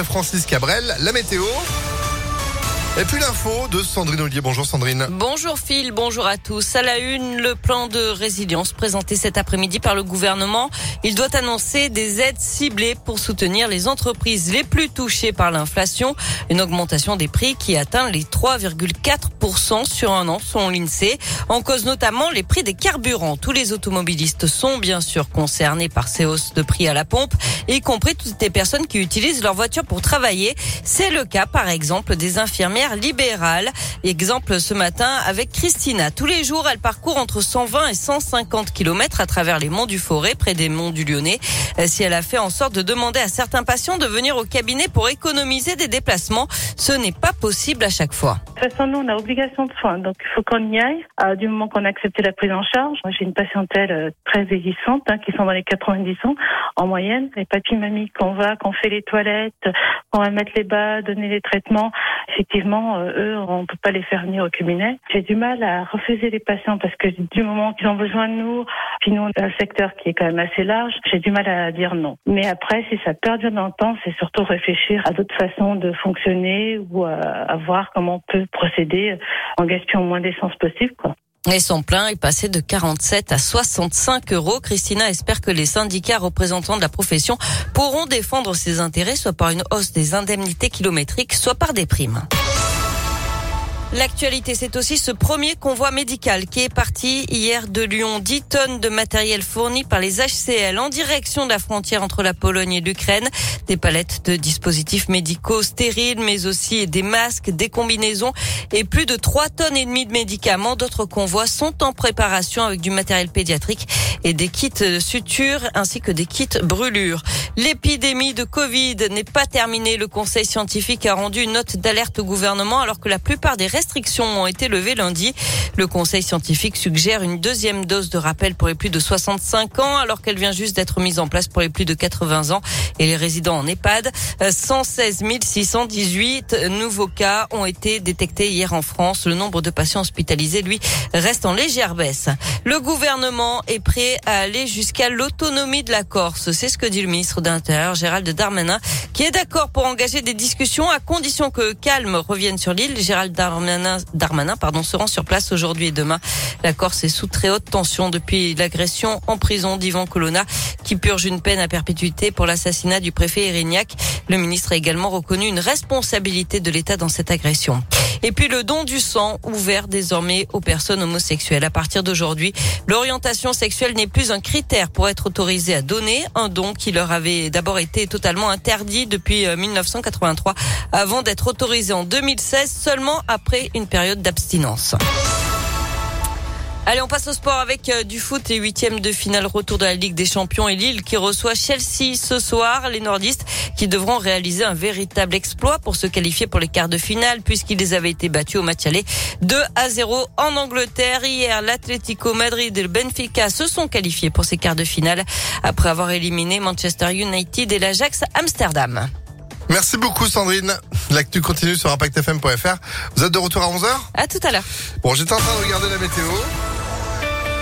après Francis Cabrel, la météo. Et puis l'info de Sandrine Ollier. Bonjour Sandrine. Bonjour Phil, bonjour à tous. À la une, le plan de résilience présenté cet après-midi par le gouvernement. Il doit annoncer des aides ciblées pour soutenir les entreprises les plus touchées par l'inflation. Une augmentation des prix qui atteint les 3,4% sur un an selon l'INSEE. En cause notamment les prix des carburants. Tous les automobilistes sont bien sûr concernés par ces hausses de prix à la pompe, y compris toutes les personnes qui utilisent leur voiture pour travailler. C'est le cas par exemple des infirmières libérale. Exemple ce matin avec Christina. Tous les jours, elle parcourt entre 120 et 150 km à travers les monts du Forêt, près des monts du Lyonnais. Si elle a fait en sorte de demander à certains patients de venir au cabinet pour économiser des déplacements, ce n'est pas possible à chaque fois. De toute façon, nous, on a obligation de soins, donc il faut qu'on y aille. Du moment qu'on a accepté la prise en charge, moi, j'ai une patientèle très vieillissante, qui sont dans les 90 ans en moyenne. Les papy-mamies qu'on fait les toilettes, qu'on va mettre les bas, donner les traitements, effectivement, eux, on peut pas les faire venir au cabinet. J'ai du mal à refuser les patients parce que du moment qu'ils ont besoin de nous, puis nous, on a un secteur qui est quand même assez large, j'ai du mal à dire non. Mais après, si ça perdure dans le temps, c'est surtout réfléchir à d'autres façons de fonctionner ou à voir comment on peut procéder en gaspillant le moins d'essence possible, quoi. Et son plein est passé de 47 à 65 euros. Christina espère que les syndicats représentants de la profession pourront défendre ses intérêts, soit par une hausse des indemnités kilométriques, soit par des primes. L'actualité, c'est aussi ce premier convoi médical qui est parti hier de Lyon. 10 tonnes de matériel fourni par les HCL en direction de la frontière entre la Pologne et l'Ukraine. Des palettes de dispositifs médicaux stériles, mais aussi des masques, des combinaisons et plus de 3 tonnes et demie de médicaments. D'autres convois sont en préparation avec du matériel pédiatrique et des kits de suture ainsi que des kits brûlures. L'épidémie de Covid n'est pas terminée. Le Conseil scientifique a rendu une note d'alerte au gouvernement alors que la plupart des restrictions ont été levées lundi. Le Conseil scientifique suggère une deuxième dose de rappel pour les plus de 65 ans alors qu'elle vient juste d'être mise en place pour les plus de 80 ans et les résidents en EHPAD. 116 618 nouveaux cas ont été détectés hier en France. Le nombre de patients hospitalisés, lui, reste en légère baisse. Le gouvernement est prêt à aller jusqu'à l'autonomie de la Corse. C'est ce que dit le ministre de l'Intérieur, Gérald Darmanin, qui est d'accord pour engager des discussions à condition que calme revienne sur l'île. Gérald Darmanin se rend sur place aujourd'hui et demain. La Corse est sous très haute tension depuis l'agression en prison d'Ivan Colonna, qui purge une peine à perpétuité pour l'assassinat du préfet Erignac. Le ministre a également reconnu une responsabilité de l'État dans cette agression. Et puis le don du sang ouvert désormais aux personnes homosexuelles. À partir d'aujourd'hui, l'orientation sexuelle n'est plus un critère pour être autorisé à donner. Un don qui leur avait d'abord été totalement interdit depuis 1983 avant d'être autorisé en 2016 seulement après une période d'abstinence. Allez, on passe au sport avec du foot et 8e de finale retour de la Ligue des Champions et Lille qui reçoit Chelsea ce soir. Les nordistes qui devront réaliser un véritable exploit pour se qualifier pour les quarts de finale puisqu'ils avaient été battus au match aller 2-0 en Angleterre. Hier, l'Atlético Madrid et le Benfica se sont qualifiés pour ces quarts de finale après avoir éliminé Manchester United et l'Ajax Amsterdam. Merci beaucoup Sandrine. L'actu continue sur ImpactFM.fr. Vous êtes de retour à 11h ? À tout à l'heure. Bon, j'étais en train de regarder la météo.